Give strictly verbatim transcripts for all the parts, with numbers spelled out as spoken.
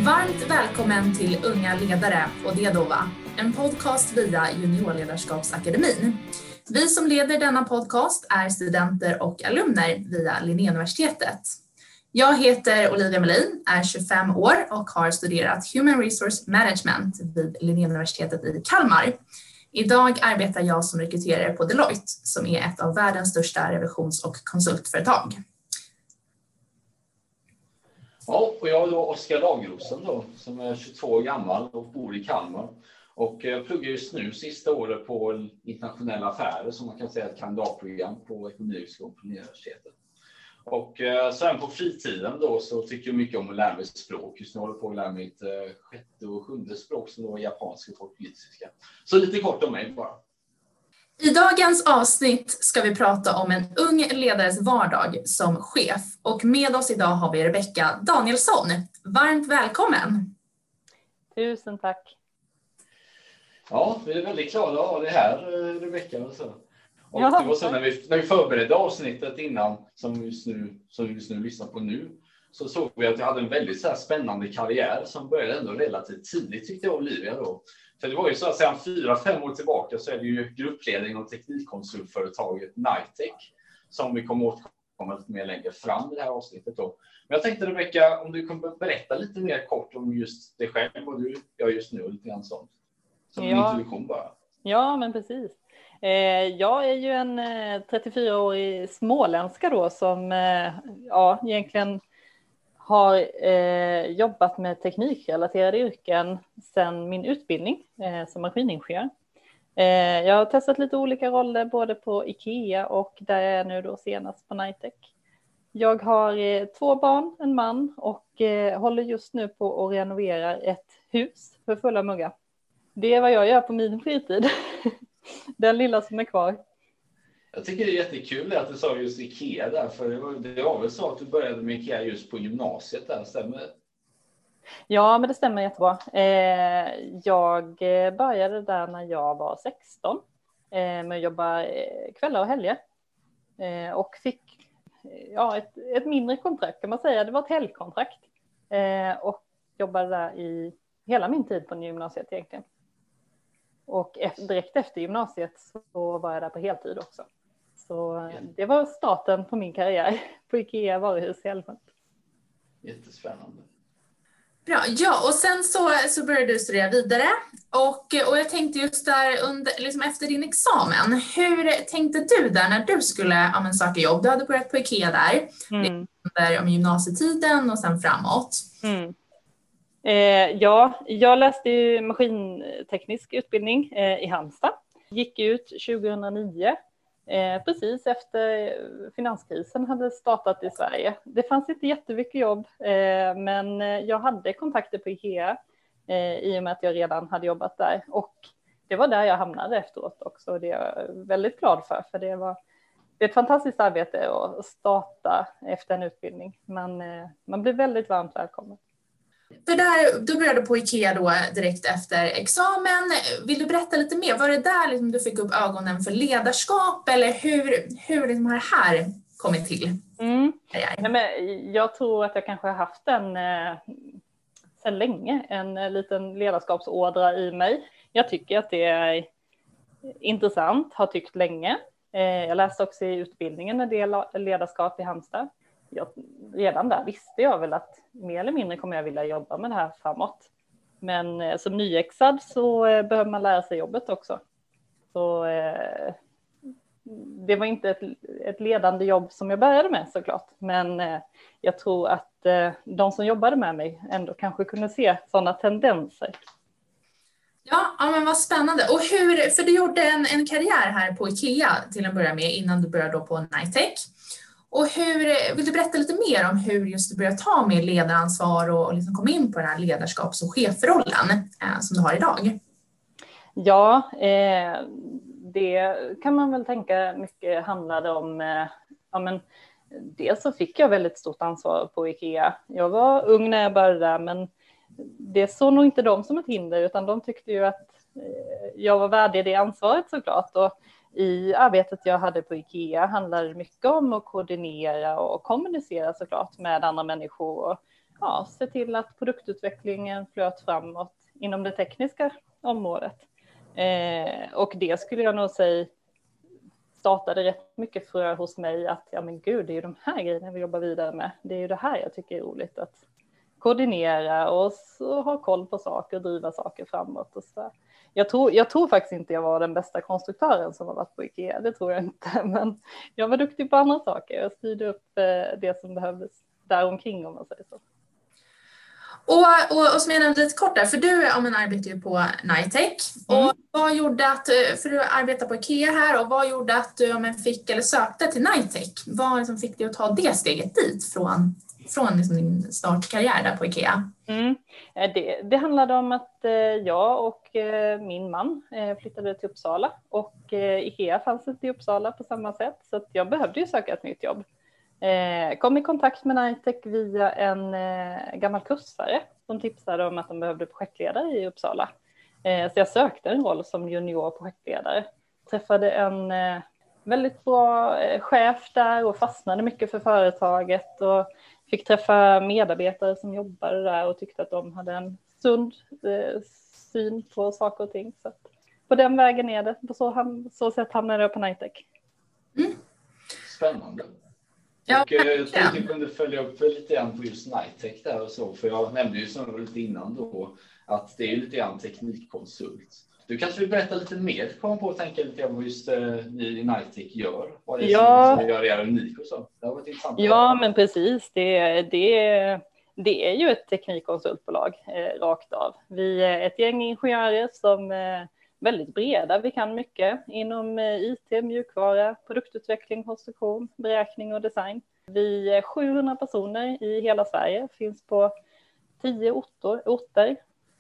Varmt välkommen till Unga ledare och det då va? En podcast via Juniorledarskapsakademin. Vi som leder denna podcast är studenter och alumner via Linnéuniversitetet. Jag heter Olivia Melin, är tjugofem år och har studerat Human Resource Management vid Linnéuniversitetet i Kalmar. Idag arbetar jag som rekryterare på Deloitte som är ett av världens största revisions- och konsultföretag. Ja, och jag är då Oskar Lagerosen då, som är tjugotvå år gammal och bor i Kalmar. Och jag pluggar just nu sista året på internationella affärer, som man kan säga ett kandidatprogram på ekonomiskolan på universitetet. Och eh, sen på fritiden då så tycker jag mycket om att lära mig språk. Just nu håller jag på att lära mig ett eh, sjätte och sjunde språk som då är japanska och portugisiska. Så lite kort om mig bara. I dagens avsnitt ska vi prata om en ung ledares vardag som chef. Och med oss idag har vi Rebecka Danielsson. Varmt välkommen! Tusen tack! Ja, vi är väldigt glada att ha det här, Rebecka. Och, så. och ja, det var så när vi, när vi förberedde avsnittet innan, som vi just nu, som vi just nu lyssnar på nu, så såg vi att jag hade en väldigt så här spännande karriär som började ändå relativt tidigt, tyckte jag, Olivia då. För det var ju så att sedan fyra, fem år tillbaka så är det ju gruppledning och teknikkonsultföretaget Nitec som vi kommer återkomma lite mer längre fram i det här avsnittet då. Men jag tänkte, Rebecka, om du kan berätta lite mer kort om just dig själv, vad du gör just nu och lite grann sånt. Som en ja. introduktion bara. Ja, men precis. Jag är ju en trettiofyraårig småländska då som ja, egentligen har eh, jobbat med teknikrelaterade yrken sedan min utbildning eh, som maskiningenjör. Eh, jag har testat lite olika roller både på IKEA och där jag är nu då senast på Nitec. Jag har eh, två barn, en man och eh, håller just nu på att renovera ett hus för fulla muggar. Det är vad jag gör på min fritid. Den lilla som är kvar. Jag tycker det är jättekul att du sa just IKEA där, för det var, det var väl så att du började med IKEA just på gymnasiet där, stämmer det? Ja, men det stämmer jättebra. Eh, jag började där när jag var sexton eh, med att jobba kvällar och helger eh, och fick ja, ett, ett mindre kontrakt kan man säga. Det var ett helgkontrakt eh, och jobbade där i hela min tid på gymnasiet egentligen. Och efter, direkt efter gymnasiet så var jag där på heltid också. Så det var starten på min karriär på IKEA varuhus i Älvsjö. Jättespännande. Bra, ja, och sen så, så började du studera vidare. Och, och jag tänkte just där under, liksom efter din examen, hur tänkte du där när du skulle ja, men, söka jobb? Du hade börjat på IKEA där, mm. under om gymnasietiden och sen framåt. Mm. Eh, ja, jag läste ju maskinteknisk utbildning eh, i Halmstad. Gick ut tjugohundranio. Eh, precis efter finanskrisen hade startat i Sverige. Det fanns inte jättemycket jobb, eh, men jag hade kontakter på IKEA eh, i och med att jag redan hade jobbat där. Och det var där jag hamnade efteråt också. Det är jag väldigt glad för, för det var det är ett fantastiskt arbete att starta efter en utbildning. Man, eh, man blir väldigt varmt välkommen. För där, du började på IKEA då direkt efter examen. Vill du berätta lite mer? Var det där liksom du fick upp ögonen för ledarskap eller hur, hur liksom har det här kommit till? Mm. Ja, men jag tror att jag kanske har haft en eh, sedan länge en eh, liten ledarskapsådra i mig. Jag tycker att det är intressant, har tyckt länge. Eh, jag läste också i utbildningen en del ledarskap i Halmstad. Jag, redan där visste jag väl att mer eller mindre kommer jag vilja jobba med det här framåt. Men eh, som nyexad så eh, behöver man lära sig jobbet också. Så eh, det var inte ett, ett ledande jobb som jag började med såklart. Men eh, jag tror att eh, de som jobbade med mig ändå kanske kunde se sådana tendenser. Ja, ja, men vad spännande. Och hur, för du gjorde en, en karriär här på IKEA till att börja med innan du började då på Nitec. Och hur, vill du berätta lite mer om hur just du började ta med ledaransvar och, och liksom komma in på den här ledarskaps- och chefrollen eh, som du har idag? Ja, eh, det kan man väl tänka mycket handlade om. Eh, ja, men dels så fick jag väldigt stort ansvar på IKEA. Jag var ung när jag började där, men det såg nog inte de som ett hinder, utan de tyckte ju att eh, jag var värdig det ansvaret såklart. Och i arbetet jag hade på IKEA handlade det mycket om att koordinera och kommunicera såklart med andra människor och, ja, se till att produktutvecklingen flöt framåt inom det tekniska området. Eh, och det skulle jag nog säga startade rätt mycket frö hos mig att ja men gud, det är ju de här grejerna vi jobbar vidare med. Det är ju det här jag tycker är roligt, att koordinera och så ha koll på saker och driva saker framåt. Och så. Jag, tror, jag tror faktiskt inte jag var den bästa konstruktören som har varit på IKEA, det tror jag inte. Men jag var duktig på andra saker. Jag styrde upp eh, det som behövdes där omkring, om man säger så. Och, och, och som jag nämnde lite kort där, för du ja, men, arbetar ju på Knightec. Mm. Och vad gjorde att, för du arbetar på IKEA här, och vad gjorde att du ja, men, fick eller sökte till Knightec? Vad liksom, fick dig att ta det steget dit från, från liksom, din startkarriär där på IKEA? Mm. Det, det handlade om att eh, jag och eh, min man eh, flyttade till Uppsala, och eh, IKEA fanns inte i Uppsala på samma sätt, så att jag behövde ju söka ett nytt jobb. Eh, kom i kontakt med Knightec via en eh, gammal kursare som tipsade om att de behövde projektledare i Uppsala. Eh, så jag sökte en roll som junior projektledare. Träffade en eh, väldigt bra eh, chef där och fastnade mycket för företaget och fick träffa medarbetare som jobbade där och tyckte att de hade en sund eh, syn på saker och ting. Så att på den vägen är det. På så, ham- så sätt hamnade jag på Knightec. Mm. Spännande. Ja, och jag tänkte att jag kunde följa upp lite grann på just Knightec där och så, för jag nämnde ju så lite innan då att det är lite grann teknikkonsult. Du kanske vill berätta lite mer, komma på att tänka lite grann vad just eh, ni i Knightec gör, vad det är ja. som gör er unik och så. Det har varit intressant. Ja, men precis. Det, det, det är ju ett teknikkonsultbolag eh, rakt av. Vi är ett gäng ingenjörer som är väldigt breda. Vi kan mycket inom eh, I T, mjukvara, produktutveckling, konstruktion, beräkning och design. Vi är sjuhundra personer i hela Sverige, finns på tio orter. orter.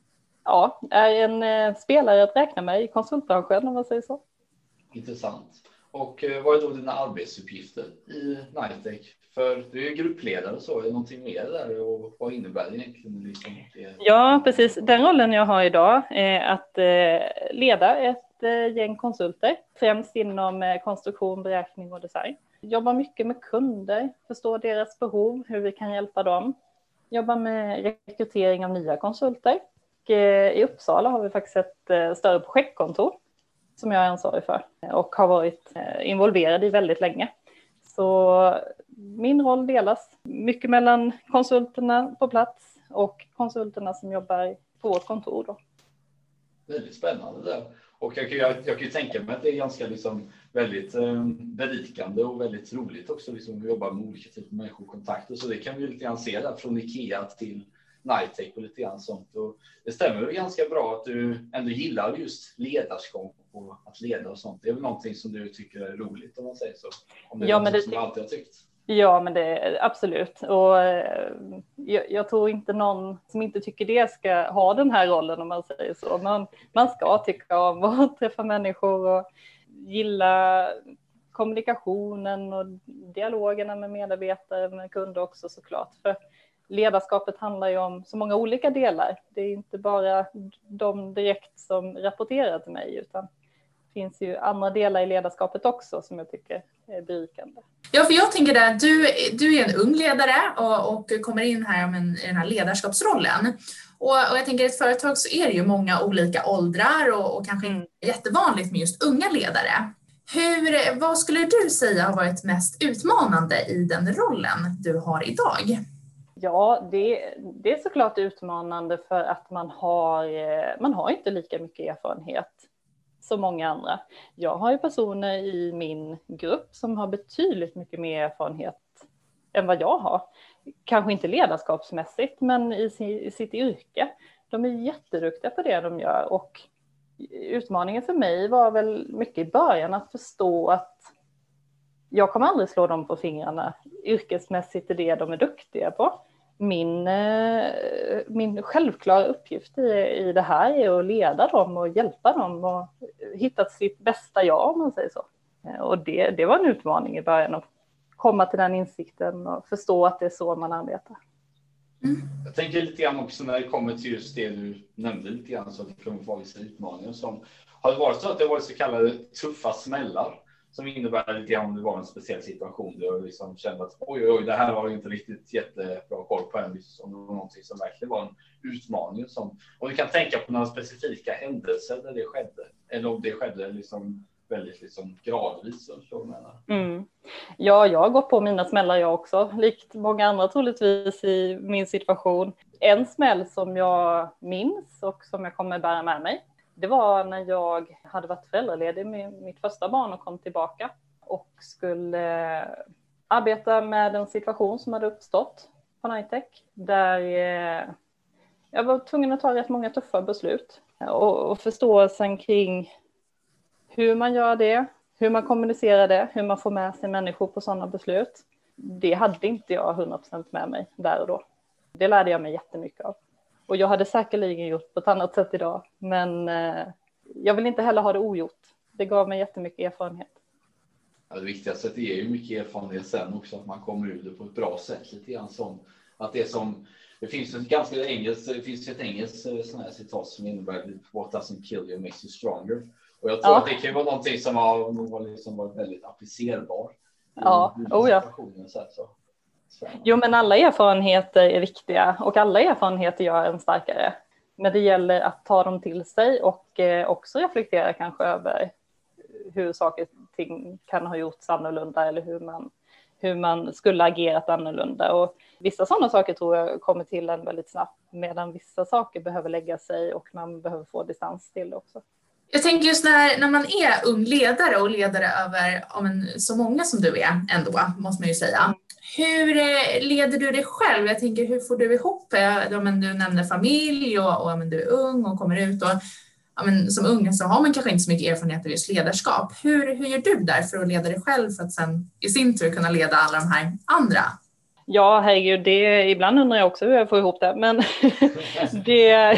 Ja, är en eh, spelare att räkna med i konsultbranschen, om man säger så. Intressant. Och eh, vad är då dina arbetsuppgifter i Knightec? För du är gruppledare och så, är det någonting mer där och vad innebär det egentligen? Liksom det? Ja, precis. Den rollen jag har idag är att eh, leda ett eh, gäng konsulter, främst inom eh, konstruktion, beräkning och design. Jobbar mycket med kunder, förstår deras behov, hur vi kan hjälpa dem. Jobbar med rekrytering av nya konsulter. Och, eh, i Uppsala har vi faktiskt ett eh, större projektkontor som jag är ansvarig för och har varit eh, involverad i väldigt länge. Så min roll delas mycket mellan konsulterna på plats och konsulterna som jobbar på vårt kontor då. Väldigt spännande där. Och jag kan, jag, jag kan ju tänka mig att det är ganska liksom väldigt eh, berikande och väldigt roligt också. Liksom, vi jobbar med olika typer av människokontakter. Så det kan vi lite grann se där från IKEA till Knightec och lite grann sånt. Och det stämmer ju ganska bra att du ändå gillar just ledarskap och att leda och sånt. Det är väl någonting som du tycker är roligt, om man säger så. Om det är ja, något men det som du alltid har tyckt. Ja, men det är absolut. Och eh, jag, jag tror inte någon som inte tycker det ska ha den här rollen, om man säger så. Man, man ska tycka om att träffa människor och gilla kommunikationen och dialogerna med medarbetare, med kunder också såklart. För ledarskapet handlar ju om så många olika delar. Det är inte bara de direkt som rapporterar till mig, utan det finns ju andra delar i ledarskapet också som jag tycker är berikande. Ja, för jag tänker där, du, du är en ung ledare och, och kommer in här med den här ledarskapsrollen. Och, och jag tänker i ett företag så är det ju många olika åldrar och, och kanske mm. jättevanligt med just unga ledare. Hur, vad skulle du säga har varit mest utmanande i den rollen du har idag? Ja, det, det är såklart utmanande för att man har, man har inte lika mycket erfarenhet som många andra. Jag har ju personer i min grupp som har betydligt mycket mer erfarenhet än vad jag har. Kanske inte ledarskapsmässigt, men i, sin, i sitt yrke. De är jätteduktiga på det de gör, och utmaningen för mig var väl mycket i början att förstå att jag kommer aldrig slå dem på fingrarna. Yrkesmässigt är det de är duktiga på. Min, min självklara uppgift i, i det här är att leda dem och hjälpa dem och hitta sitt bästa jag, om man säger så. Och det, det var en utmaning i början att komma till den insikten och förstå att det är så man arbetar. Mm. Jag tänker lite grann också när det kommer till just det du nämnde lite grann, så att det kommer vara vissa utmaningar som har det varit så att det har varit så kallade tuffa smällar. Som innebär lite grann om det var en speciell situation där jag liksom kände att oj, oj, det här var inte riktigt jättebra koll på en. Om det var någonting som verkligen var en utmaning. Som, om du kan tänka på några specifika händelser där det skedde, eller om det skedde liksom väldigt liksom gradvis. Så menar. Mm. Ja, jag har gått på mina smällar jag också, likt många andra troligtvis i min situation. En smäll som jag minns och som jag kommer bära med mig, det var när jag hade varit föräldraledig med mitt första barn och kom tillbaka och skulle arbeta med en situation som hade uppstått på Knightec, där jag var tvungen att ta rätt många tuffa beslut och förståelsen kring hur man gör det, hur man kommunicerar det, hur man får med sig människor på sådana beslut. Det hade inte jag hundra procent med mig där och då. Det lärde jag mig jättemycket av. Och jag hade säkerligen gjort på ett annat sätt idag. Men eh, jag vill inte heller ha det ogjort. Det gav mig jättemycket erfarenhet. Ja, det viktigaste är ju mycket erfarenhet sen också. Att man kommer ur det på ett bra sätt. Lite grann som att det som... Det finns ett ganska engelskt, det finns ett engelskt sån här citat som innebär what doesn't kill you makes you stronger. Och jag tror ja. att det kan vara någonting som har liksom varit väldigt applicerbart. Ja, oh ja. Så här, så. Jo, men alla erfarenheter är viktiga och alla erfarenheter gör en starkare. Men det gäller att ta dem till sig och eh, också reflektera kanske över hur saker och ting kan ha gjorts annorlunda eller hur man, hur man skulle agerat annorlunda. Och vissa sådana saker tror jag kommer till en väldigt snabbt, medan vissa saker behöver lägga sig och man behöver få distans till också. Jag tänker just när, när man är ung ledare och ledare över ja, men, så många som du är ändå, måste man ju säga. Mm. Hur leder du dig själv? Jag tänker, hur får du ihop? Ja, men du nämner familj och, och ja, men du är ung och kommer ut. Och, ja, men, som ung så har man kanske inte så mycket erfarenhet av just ledarskap. Hur, hur gör du där för att leda dig själv för att sen i sin tur kunna leda alla de här andra? Ja, herregud, det, ibland undrar jag också hur jag får ihop det, men det,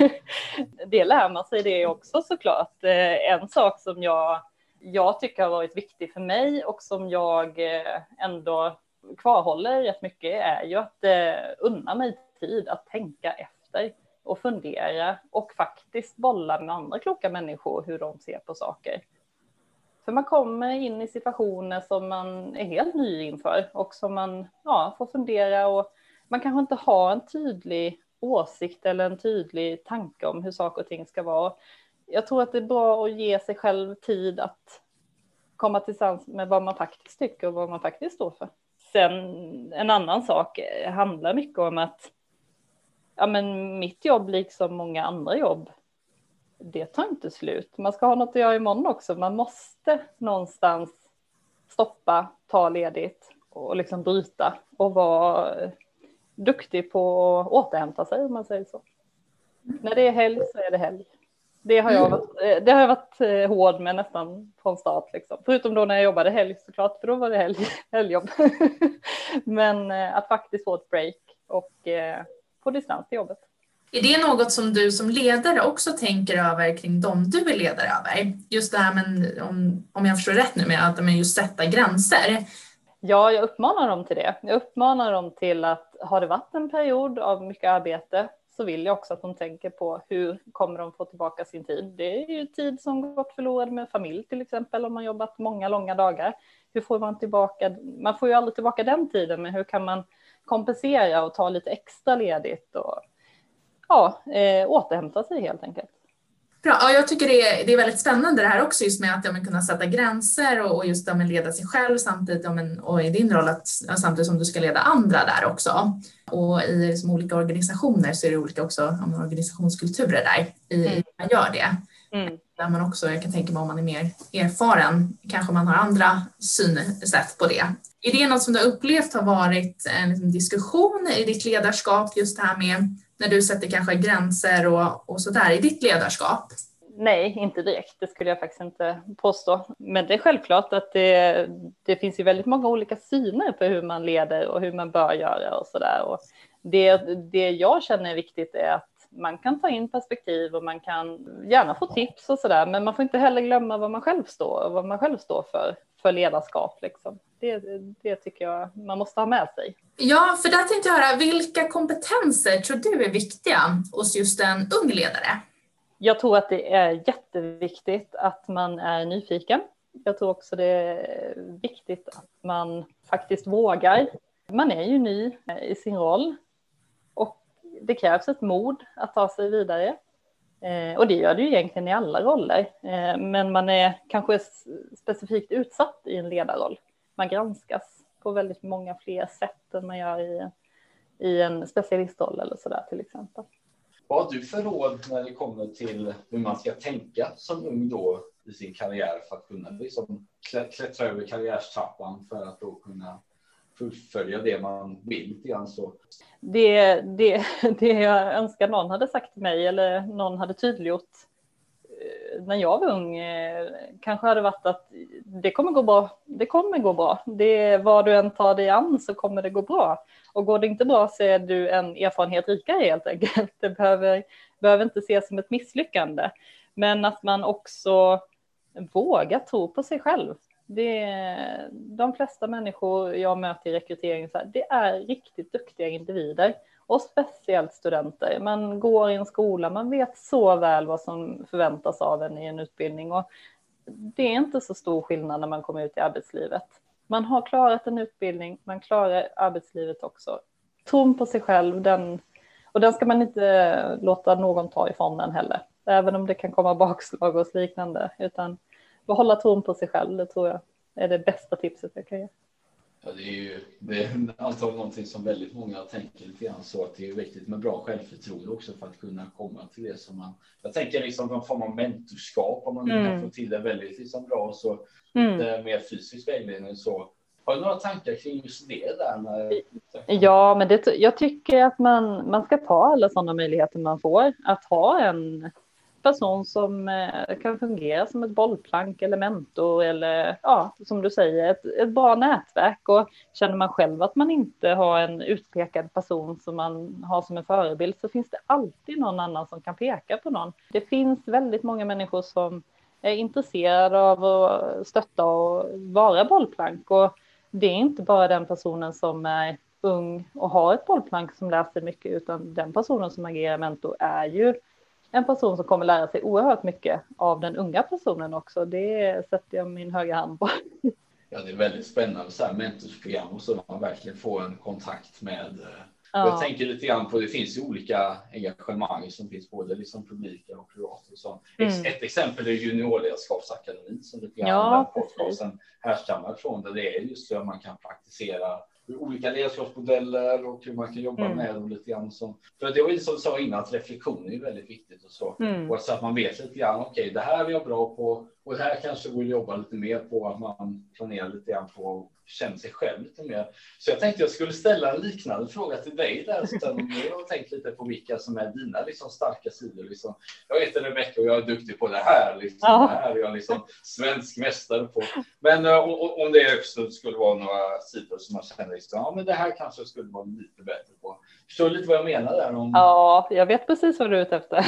det lär man sig det också såklart. En sak som jag, jag tycker har varit viktig för mig och som jag ändå kvarhåller rätt mycket är ju att unna mig tid att tänka efter och fundera och faktiskt bolla med andra kloka människor hur de ser på saker. För man kommer in i situationer som man är helt ny inför och som man ja, får fundera och man kanske inte har en tydlig åsikt eller en tydlig tanke om hur saker och ting ska vara. Jag tror att det är bra att ge sig själv tid att komma tillsammans med vad man faktiskt tycker och vad man faktiskt står för. Sen en annan sak handlar mycket om att ja, men mitt jobb liksom många andra jobb, det tar inte slut. Man ska ha något att göra imorgon också. Man måste någonstans stoppa, ta ledigt och liksom bryta och vara duktig på att återhämta sig om man säger så. När det är helg så är det helg. Det har jag varit, det har jag varit hård med nästan från start. Liksom. Förutom då när jag jobbade helg såklart, för då var det helg, helgjobb. Men att faktiskt få ett break och eh, få distans till jobbet. Är det något som du som ledare också tänker över kring dem du är ledare över? Just det här med, om, om jag förstår rätt nu, med att de just sätta gränser. Ja, jag uppmanar dem till det. Jag uppmanar dem till att har det varit en period av mycket arbete så vill jag också att de tänker på hur kommer de få tillbaka sin tid. Det är ju tid som gått förlorad med familj till exempel om man jobbat många långa dagar. Hur får man tillbaka, man får ju aldrig tillbaka den tiden, men hur kan man kompensera och ta lite extra ledigt och ja, eh, återhämta sig helt enkelt. Bra, ja, jag tycker det är, det är väldigt spännande det här också just med att ja, man kunna sätta gränser och, och just ja, men leda sig själv samtidigt ja, men, och i din roll att, ja, samtidigt som du ska leda andra där också. Och i liksom, olika organisationer så är det olika också ja, organisationskulturer där i mm. man gör det. Mm. Där man också, jag kan tänka mig om man är mer erfaren, kanske man har andra synsätt på det. Är det något som du har upplevt har varit en liksom, diskussion i ditt ledarskap just det här med när du sätter kanske gränser och, och sådär i ditt ledarskap? Nej, inte direkt. Det skulle jag faktiskt inte påstå. Men det är självklart att det, det finns ju väldigt många olika syner på hur man leder och hur man bör göra och sådär. Och det, det jag känner är viktigt är att man kan ta in perspektiv och man kan gärna få tips och sådär. Men man får inte heller glömma vad man själv står och vad man själv står för, för ledarskap liksom. Det, det tycker jag man måste ha med sig. Ja, för där tänkte jag höra, vilka kompetenser tror du är viktiga hos just en ung ledare? Jag tror att det är jätteviktigt att man är nyfiken. Jag tror också det är viktigt att man faktiskt vågar. Man är ju ny i sin roll. Och det krävs ett mod att ta sig vidare. Eh, och det gör det ju egentligen i alla roller. Eh, men man är kanske specifikt utsatt i en ledarroll. Man granskas på väldigt många fler sätt än man gör i, i en specialistroll eller sådär till exempel. Vad har du för råd när det kommer till hur man ska tänka som ung då i sin karriär för att kunna liksom klättra över karriärstrappan för att då kunna fullfölja det man vill lite grann så? Det, det, det jag önskar någon hade sagt till mig eller någon hade tydliggjort när jag var ung kanske hade varit att det kommer gå bra. Det kommer gå bra. Det, vad du än tar dig an så kommer det gå bra. Och går det inte bra så är du en erfarenhet rikare helt enkelt. Det behöver, behöver inte ses som ett misslyckande. Men att man också vågar tro på sig själv. Det, de flesta människor jag möter i rekrytering så här, det är riktigt duktiga individer. Och speciellt studenter. Man går i en skola, man vet så väl vad som förväntas av en i en utbildning. Och det är inte så stor skillnad när man kommer ut i arbetslivet. Man har klarat en utbildning, man klarar arbetslivet också. Tron på sig själv, den, och den ska man inte låta någon ta ifrån den heller. Även om det kan komma bakslag och liknande. Utan behålla tron på sig själv, det tror jag är det bästa tipset jag kan ge. Ja, det är ju det är antagligen någonting som väldigt många tänker lite grann så att det är viktigt med bra självförtroende också för att kunna komma till det som man... Jag tänker liksom någon form av mentorskap om man mm. kan få till det väldigt liksom bra så mm. det mer fysisk vägledning så. Har du några tankar kring just det där? När... Ja, men det, jag tycker att man, man ska ta alla sådana möjligheter man får. Att ha en person som eh, kan fungera som ett bollplank eller mentor eller ja, som du säger, ett, ett bra nätverk. Och känner man själv att man inte har en utpekad person som man har som en förebild så finns det alltid någon annan som kan peka på någon. Det finns väldigt många människor som är intresserade av att stötta och vara bollplank och det är inte bara den personen som är ung och har ett bollplank som lär sig mycket utan den personen som agerar mentor är ju en person som kommer lära sig oerhört mycket av den unga personen också. Det sätter jag min högra hand på. Ja, det är väldigt spännande så här mentorsprogram och så man verkligen får en kontakt med. Ja. Jag tänker lite grann på, det finns ju olika engagemang som finns både liksom publika och privata och så. Mm. Ett exempel är Juniorledarskapsakademin som lite grann ja, den podcasten härstammar från där det är just så att man kan praktisera olika ledarskapsmodeller och hur man kan jobba mm. med dem lite grann. Som, för det var ju som du sa innan att reflektion är väldigt viktigt och så. Mm. Och så att man vet lite grann, okej okay, det här är jag bra på och det här kanske vill jobba lite mer på, att man planerar lite grann på och känner sig själv lite mer. Så jag tänkte jag skulle ställa en liknande fråga till dig där. Så jag har tänkt lite på vilka som är dina liksom, starka sidor. Liksom. Jag heter Rebecka och jag är duktig på det här. Liksom. Ja. Det här är jag liksom svensk mästare på. Men uh, om det också skulle vara några sidor som man känner liksom, ja men det här kanske skulle vara lite bättre på. Förstår du lite vad jag menar där? Om... Ja, jag vet precis vad du är ute efter.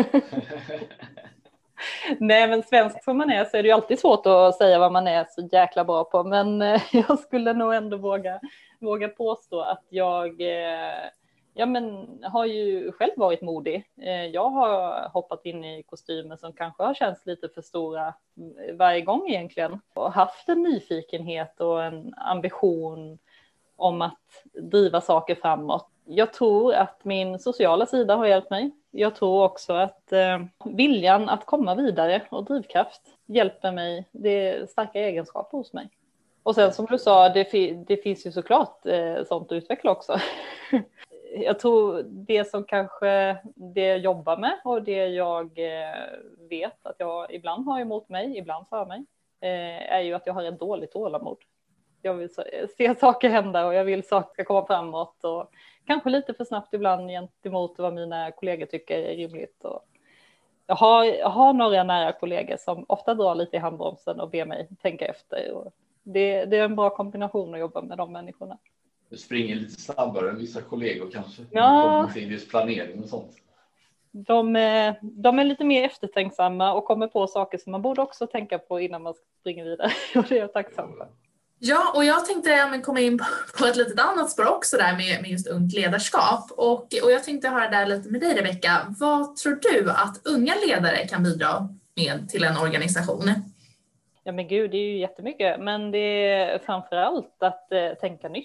Nej, men svensk som man är så är det ju alltid svårt att säga vad man är så jäkla bra på. Men eh, jag skulle nog ändå våga, våga påstå att jag eh, ja, men, har ju själv varit modig. Eh, jag har hoppat in i kostymer som kanske har känts lite för stora varje gång egentligen. Och haft en nyfikenhet och en ambition om att driva saker framåt. Jag tror att min sociala sida har hjälpt mig. Jag tror också att eh, viljan att komma vidare och drivkraft hjälper mig. Det är starka egenskaper hos mig. Och sen som du sa, det, fi- det finns ju såklart eh, sånt att utveckla också. Jag tror det som kanske det jag jobbar med och det jag eh, vet att jag ibland har emot mig, ibland för mig, eh, är ju att jag har ett dåligt tålamod. Jag vill se saker hända och jag vill saker ska komma framåt och kanske lite för snabbt ibland gentemot vad mina kollegor tycker är rimligt. Och jag, har, jag har några nära kollegor som ofta drar lite i handbromsen och ber mig tänka efter. Och det, det är en bra kombination att jobba med de människorna. Du springer lite snabbare än vissa kollegor kanske? Ja. Till just planering och sånt. De är, de är lite mer eftertänksamma och kommer på saker som man borde också tänka på innan man springer vidare. Och det är jag tacksam för. Ja, och jag tänkte ja, komma in på, på ett litet annat spår också där med, med just ungt ledarskap. Och, och jag tänkte höra där lite med dig, Rebecka. Vad tror du att unga ledare kan bidra med till en organisation? Ja men gud, det är ju jättemycket. Men det är framförallt att eh, tänka nytt.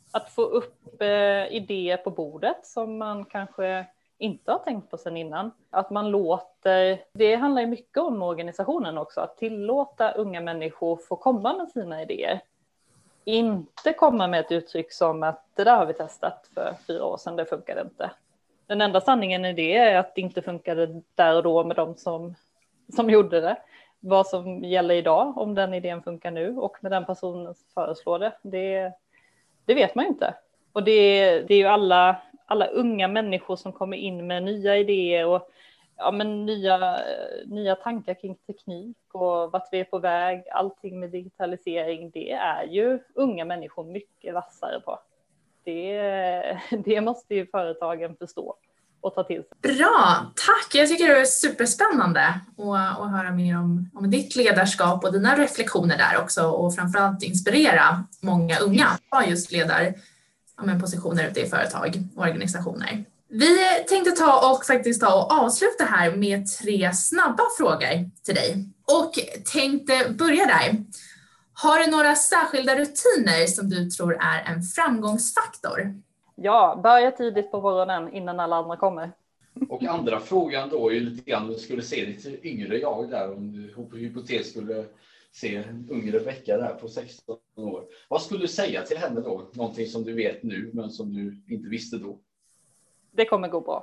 att få upp eh, idéer på bordet som man kanske inte har tänkt på sedan innan. Att man låter, det handlar ju mycket om organisationen också, att tillåta unga människor få komma med sina idéer. Inte komma med ett uttryck som att det där har vi testat för fyra år sedan, det funkade inte. Den enda sanningen i det är att det inte funkade där och då med de som, som gjorde det. Vad som gäller idag, om den idén funkar nu och med den personen som föreslår det, det, det vet man ju inte. Och det, det är ju alla, alla unga människor som kommer in med nya idéer och ja, men nya, nya tankar kring teknik och vart vi är på väg. Allting med digitalisering, det är ju unga människor mycket vassare på. Det, det måste ju företagen förstå och ta till sig. Bra, tack! Jag tycker det är superspännande att, att höra mer om, om ditt ledarskap och dina reflektioner där också, och framförallt inspirera många unga att just ledar ja, men positioner ute i företag och organisationer. Vi tänkte ta och faktiskt ta och avsluta här med tre snabba frågor till dig. Och tänkte börja där. Har du några särskilda rutiner som du tror är en framgångsfaktor? Ja, börja tidigt på morgonen innan alla andra kommer. Och andra frågan då är ju lite grann, om du skulle se lite yngre jag där, om du på hypotes skulle se en yngre Rebecka där på sexton år. Vad skulle du säga till henne då? Någonting som du vet nu men som du inte visste då? Det kommer gå bra.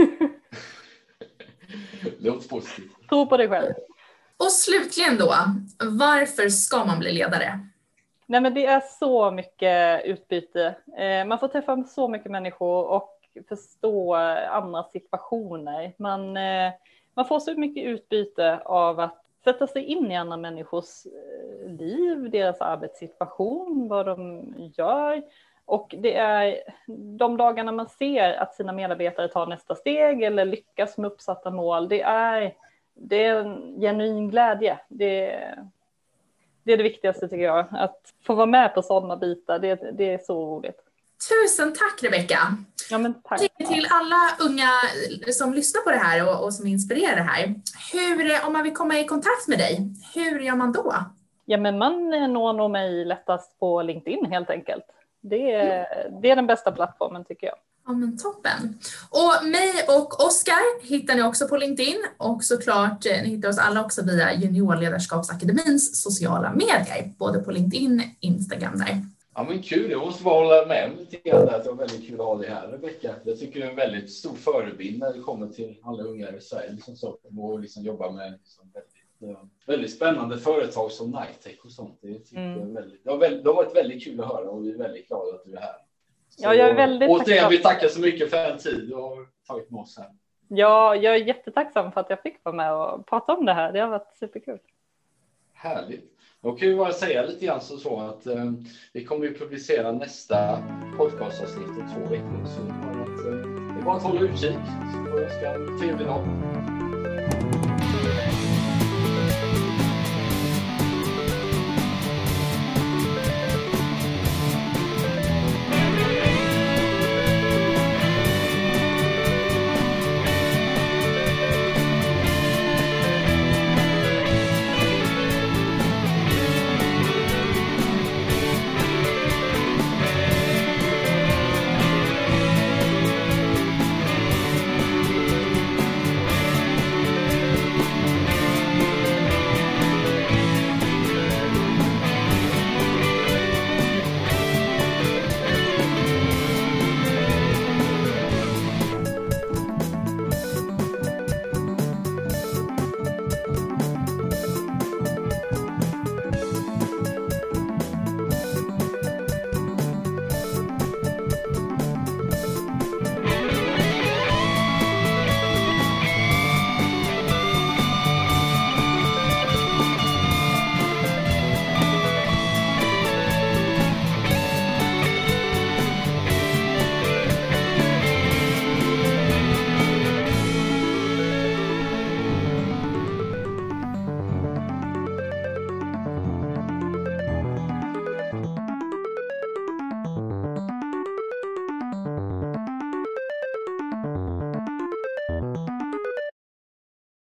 Det låter positivt. Tro på dig själv. Och slutligen då, varför ska man bli ledare? Nej, men det är så mycket utbyte. Man får träffa så mycket människor och förstå andra situationer. Man, man får så mycket utbyte av att sätta sig in i andra människors liv, deras arbetssituation, vad de gör. Och det är de dagarna man ser att sina medarbetare tar nästa steg eller lyckas med uppsatta mål. Det är, det är en genuin glädje. Det är, det är det viktigaste tycker jag. Att få vara med på sådana bitar, det, det är så roligt. Tusen tack Rebecka. Ja, men tack. Till alla unga som lyssnar på det här och, och som inspirerar det här. Hur, om man vill komma i kontakt med dig, hur gör man då? Ja, men man når nog mig lättast på LinkedIn helt enkelt. Det är, det är den bästa plattformen tycker jag. Ja, men toppen. Och mig och Oskar hittar ni också på LinkedIn, och såklart ni hittar oss alla också via Juniorledarskapsakademins sociala medier, både på LinkedIn, Instagram där. Ja, men kul, jag måste bara hålla med lite grann där. Det var väldigt kul att ha dig här Rebecka. Jag tycker du är en väldigt stor förebild när det kommer till alla unga i Sverige liksom så, och liksom jobba med liksom väldigt, väldigt spännande företag som Nitec och sånt. Det, tycker mm. jag är väldigt, det, har väldigt, det har varit väldigt kul att höra och vi är väldigt glada att du är här. Så, ja, jag är väldigt återigen, vi tackar så mycket för en tid du har tagit med oss här. Ja, jag är jättetacksam för att jag fick vara med och prata om det här. Det har varit superkul. Härligt. Då kan vi bara säga lite grann så, så att eh, vi kommer ju publicera nästa podcastavsnitt om två veckor. Så det är bara att, eh, det är bara att hålla utkik. Så jag önska en trevlig dag.